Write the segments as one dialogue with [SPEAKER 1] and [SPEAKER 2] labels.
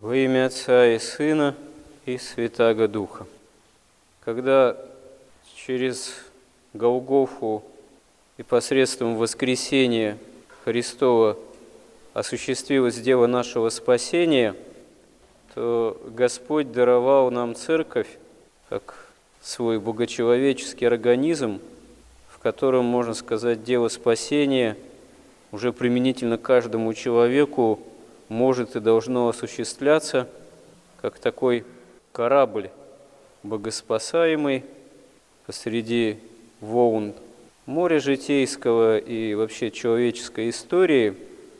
[SPEAKER 1] Во имя Отца и Сына и Святаго Духа. Когда через Голгофу и посредством воскресения Христова осуществилось дело нашего спасения, то Господь даровал нам Церковь как свой богочеловеческий организм, в котором, можно сказать, дело спасения уже применительно каждому человеку может и должно осуществляться, как такой корабль богоспасаемый посреди волн моря житейского и вообще человеческой истории.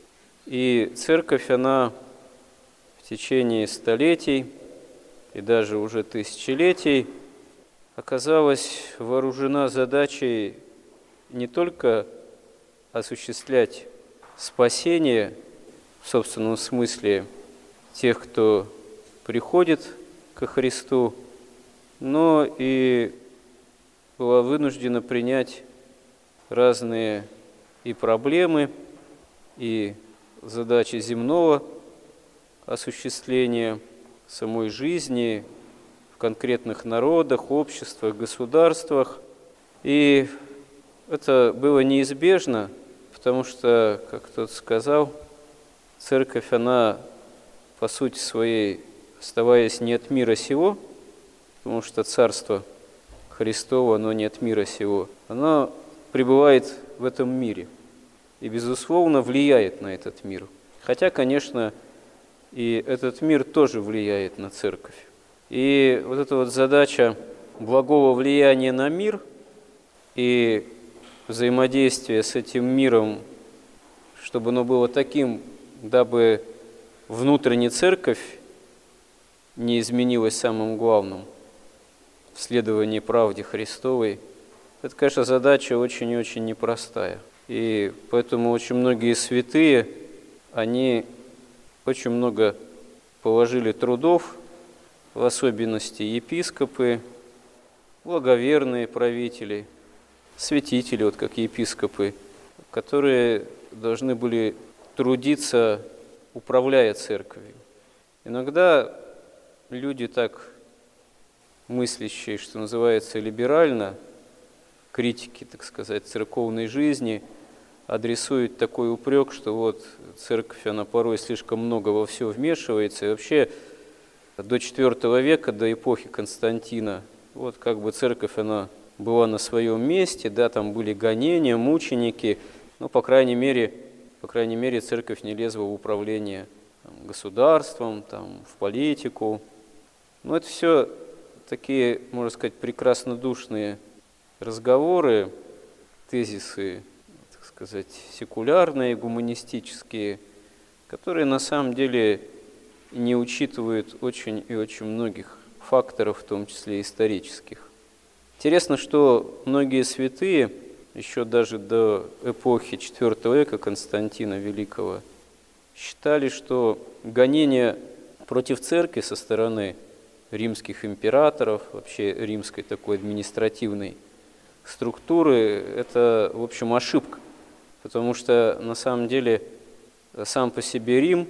[SPEAKER 1] И Церковь, она в течение столетий и даже уже тысячелетий оказалась вооружена задачей не только осуществлять спасение в собственном смысле тех, кто приходит ко Христу, но и была вынуждена принять разные и проблемы, и задачи земного осуществления самой жизни в конкретных народах, обществах, государствах. И это было неизбежно, потому что, как кто-то сказал, Церковь, она по сути своей, оставаясь не от мира сего, потому что Царство Христово, оно не от мира сего, оно пребывает в этом мире и, безусловно, влияет на этот мир. Хотя, конечно, и этот мир тоже влияет на Церковь. И вот эта вот задача благого влияния на мир и взаимодействия с этим миром, чтобы оно было таким, дабы внутренняя Церковь не изменилась самым главным в следовании правде Христовой, это, конечно, задача очень и очень непростая. И поэтому очень многие святые, они очень много положили трудов, в особенности епископы, благоверные правители, святители, вот как епископы, которые должны были трудиться, управляя церковью. Иногда люди так мыслящие, что называется, либерально, критики, так сказать, церковной жизни, адресуют такой упрек, что вот церковь, она порой слишком много во все вмешивается. И вообще до IV века, до эпохи Константина, вот как бы церковь, она была на своем месте, да, там были гонения, мученики, но, по крайней мере, церковь не лезла в управление государством, там, в политику. Но это все такие, можно сказать, прекраснодушные разговоры, тезисы, так сказать, секулярные, гуманистические, которые на самом деле не учитывают очень и очень многих факторов, в том числе исторических. Интересно, что многие святые, еще даже до эпохи IV века Константина Великого, считали, что гонения против церкви со стороны римских императоров, вообще римской такой административной структуры, это, в общем, ошибка. Потому что, на самом деле, сам по себе Рим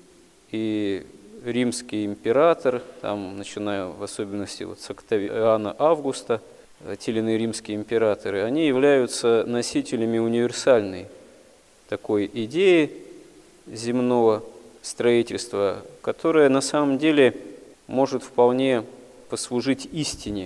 [SPEAKER 1] и римский император, там, начиная в особенности вот с Октавиана Августа, те или иные римские императоры, они являются носителями универсальной такой идеи земного строительства, которая на самом деле может вполне послужить истине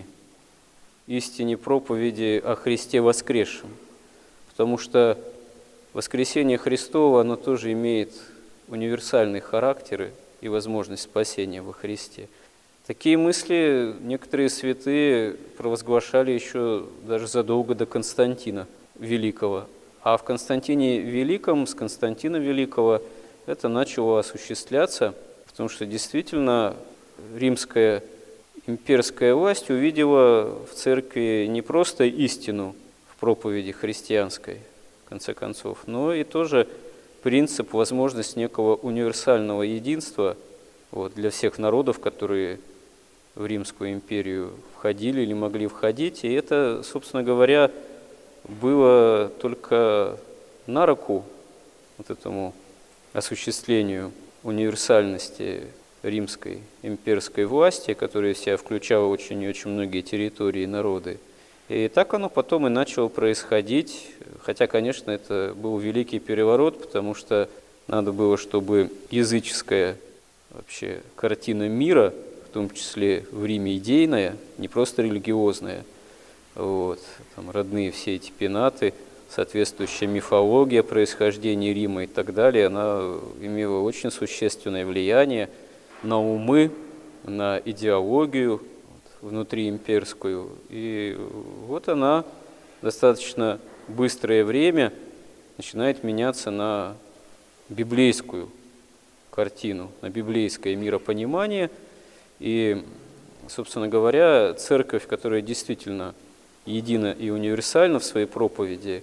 [SPEAKER 1] проповеди о Христе воскресшем. Потому что воскресение Христово, оно тоже имеет универсальный характер и возможность спасения во Христе. Такие мысли некоторые святые провозглашали еще даже задолго до Константина Великого. А в Константине Великом, с Константина Великого, это начало осуществляться, потому что действительно римская имперская власть увидела в церкви не просто истину в проповеди христианской, в конце концов, но и тоже принцип, возможность некого универсального единства вот, для всех народов, которые в Римскую империю входили или могли входить. И это, собственно говоря, было только на руку вот этому осуществлению универсальности римской имперской власти, которая в себя включала очень и очень многие территории и народы. И так оно потом и начало происходить, хотя, конечно, это был великий переворот, потому что надо было, чтобы языческая вообще картина мира, в том числе в Риме идейная, не просто религиозная, вот, там родные все эти пенаты, соответствующая мифология происхождения Рима и так далее, она имела очень существенное влияние на умы, на идеологию внутриимперскую. И вот она достаточно быстрое время начинает меняться на библейскую картину, на библейское миропонимание. И, собственно говоря, церковь, которая действительно едина и универсальна в своей проповеди,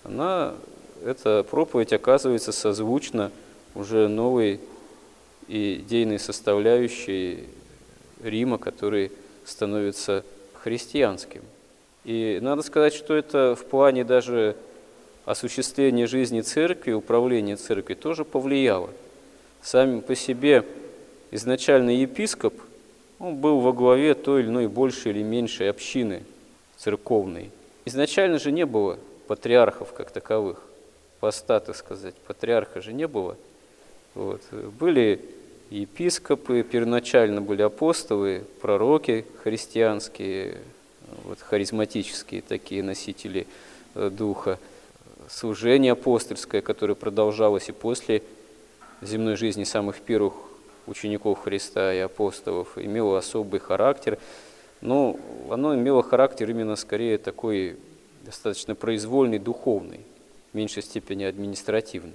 [SPEAKER 1] эта проповедь оказывается созвучна уже новой идейной составляющей Рима, который становится христианским. И надо сказать, что это в плане даже осуществления жизни церкви, управления церковью тоже повлияло. Сам по себе изначальный епископ, он был во главе той или иной большей или меньшей общины церковной. Изначально же не было патриархов как таковых, поста, так сказать, патриарха же не было. Вот. Были епископы, первоначально были апостолы, пророки христианские, вот, харизматические такие носители духа, служение апостольское, которое продолжалось и после земной жизни самых первых учеников Христа и апостолов, имело особый характер. Но оно имело характер именно скорее такой достаточно произвольный, духовный, в меньшей степени административный.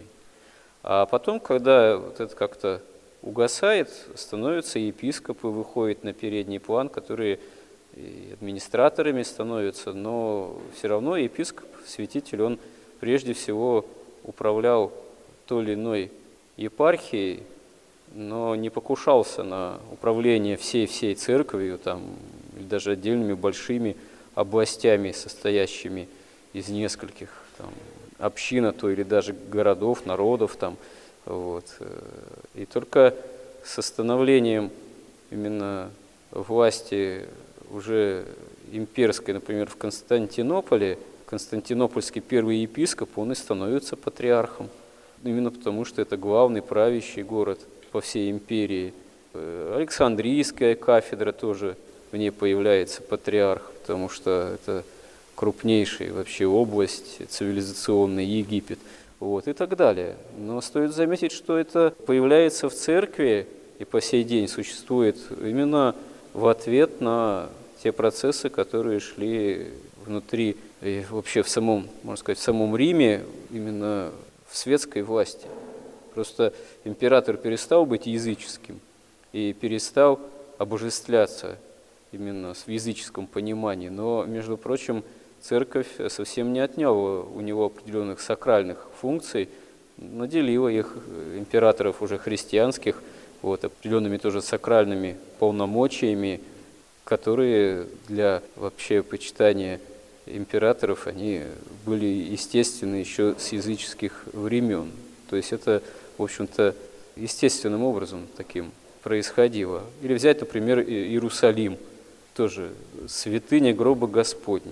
[SPEAKER 1] А потом, когда вот это как-то угасает, становятся епископы, выходят на передний план, которые и администраторами становятся, но все равно епископ, святитель, он прежде всего управлял той или иной епархией, но не покушался на управление всей церковью, там, или даже отдельными большими областями, состоящими из нескольких там, общин, а то или даже городов, народов. Там, вот. И только с становлением именно власти уже имперской, например, в Константинополе, константинопольский первый епископ, он и становится патриархом. Именно потому, что это главный правящий город по всей империи. Александрийская кафедра тоже, в ней появляется патриарх, потому что это крупнейшая вообще область, цивилизационный Египет, вот, и так далее. Но стоит заметить, что это появляется в церкви и по сей день существует именно в ответ на те процессы, которые шли внутри и вообще в самом, можно сказать, в самом Риме, именно в светской власти. Просто император перестал быть языческим и перестал обожествляться именно в языческом понимании. Но, между прочим, церковь совсем не отняла у него определенных сакральных функций, наделила их, императоров уже христианских, вот, определенными тоже сакральными полномочиями, которые для вообще почитания императоров, они были естественны еще с языческих времен. То есть это, в общем-то, естественным образом таким происходило. Или взять, например, Иерусалим, тоже святыня гроба Господня,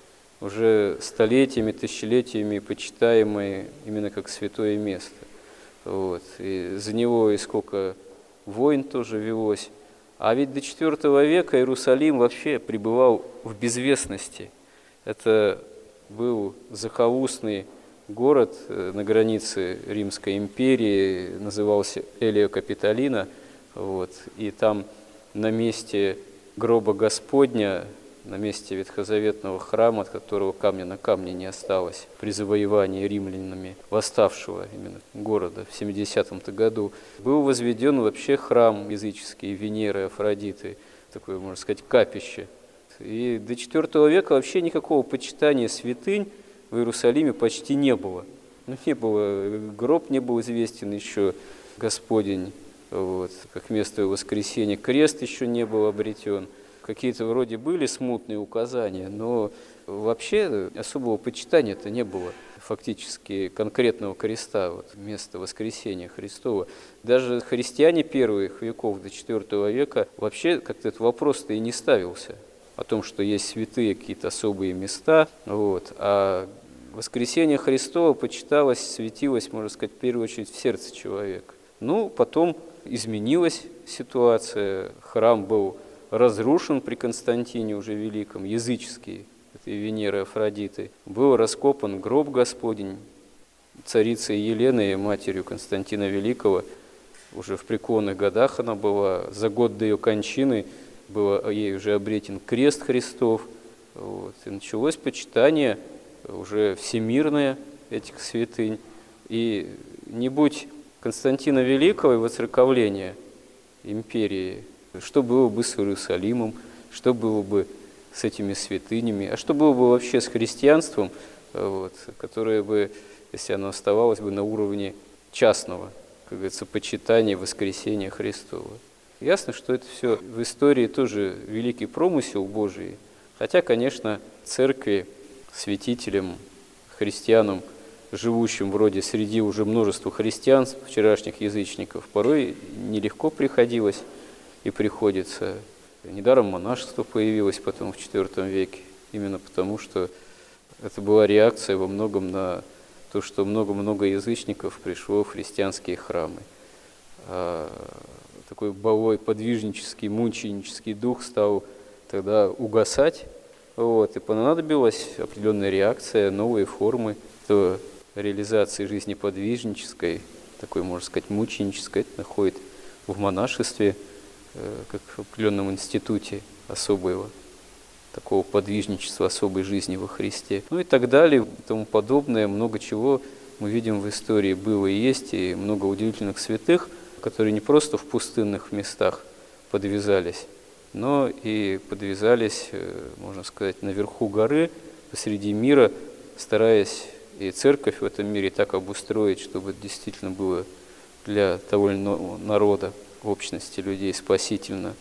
[SPEAKER 1] уже столетиями, тысячелетиями почитаемое именно как святое место. Вот. И за него и сколько войн тоже велось. А ведь до IV века Иерусалим вообще пребывал в безвестности. Это был захолустный город на границе Римской империи, назывался Элия Капитолина. Вот. И там на месте гроба Господня, на месте ветхозаветного храма, от которого камня на камне не осталось, при завоевании римлянами восставшего именно города в 70-м году, был возведен вообще храм языческий Венеры, Афродиты, такое, можно сказать, капище. И до IV века вообще никакого почитания святынь в Иерусалиме почти не было. Ну, не было, гроб не был известен еще Господень, вот, как место воскресения, крест еще не был обретен. Какие-то вроде были смутные указания, но вообще особого почитания-то не было фактически конкретного креста, вот, место воскресения Христова. Даже христиане первых веков до IV века вообще как-то этот вопрос-то и не ставился о том, что есть святые какие-то особые места, вот, а воскресение Христова почиталось, светилось, можно сказать, в первую очередь в сердце человека. Ну, потом изменилась ситуация, храм был разрушен при Константине уже Великом, языческий, этой Венеры Афродиты. Был раскопан гроб Господень, царицей Еленой, матерью Константина Великого. Уже в преклонных годах она была, за год до ее кончины был ей уже обретен крест Христов. Вот. И началось почитание уже всемирное этих святынь. И не будь Константина Великого и воцерковления империи, что было бы с Иерусалимом, что было бы с этими святынями, а что было бы вообще с христианством, вот, которое бы, если оно оставалось бы на уровне частного, как говорится, почитания воскресения Христова. Ясно, что это все в истории тоже великий промысел Божий, хотя, конечно, церкви, святителям, христианам, живущим вроде среди уже множества христиан, вчерашних язычников, порой нелегко приходилось и приходится. Недаром монашество появилось потом в IV веке, именно потому, что это была реакция во многом на то, что много-много язычников пришло в христианские храмы. А такой былой подвижнический, мученический дух стал тогда угасать, вот, и понадобилась определенная реакция, новые формы реализации жизни подвижнической, такой, можно сказать, мученической, это находит в монашестве, как в определенном институте особого, такого подвижничества, особой жизни во Христе. Ну и так далее, и тому подобное. Много чего мы видим в истории было и есть, и много удивительных святых, которые не просто в пустынных местах подвязались, но и подвязались, можно сказать, наверху горы, посреди мира, стараясь и церковь в этом мире так обустроить, чтобы это действительно было для того или иного народа, общности людей спасительно,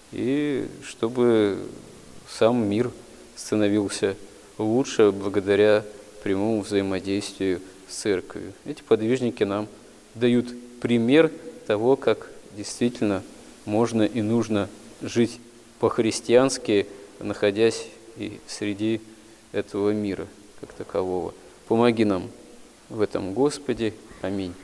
[SPEAKER 1] и чтобы сам мир становился лучше благодаря прямому взаимодействию с церковью. Эти подвижники нам дают пример того, как действительно можно и нужно жить по-христиански, находясь и среди этого мира как такового. Помоги нам в этом, Господи. Аминь.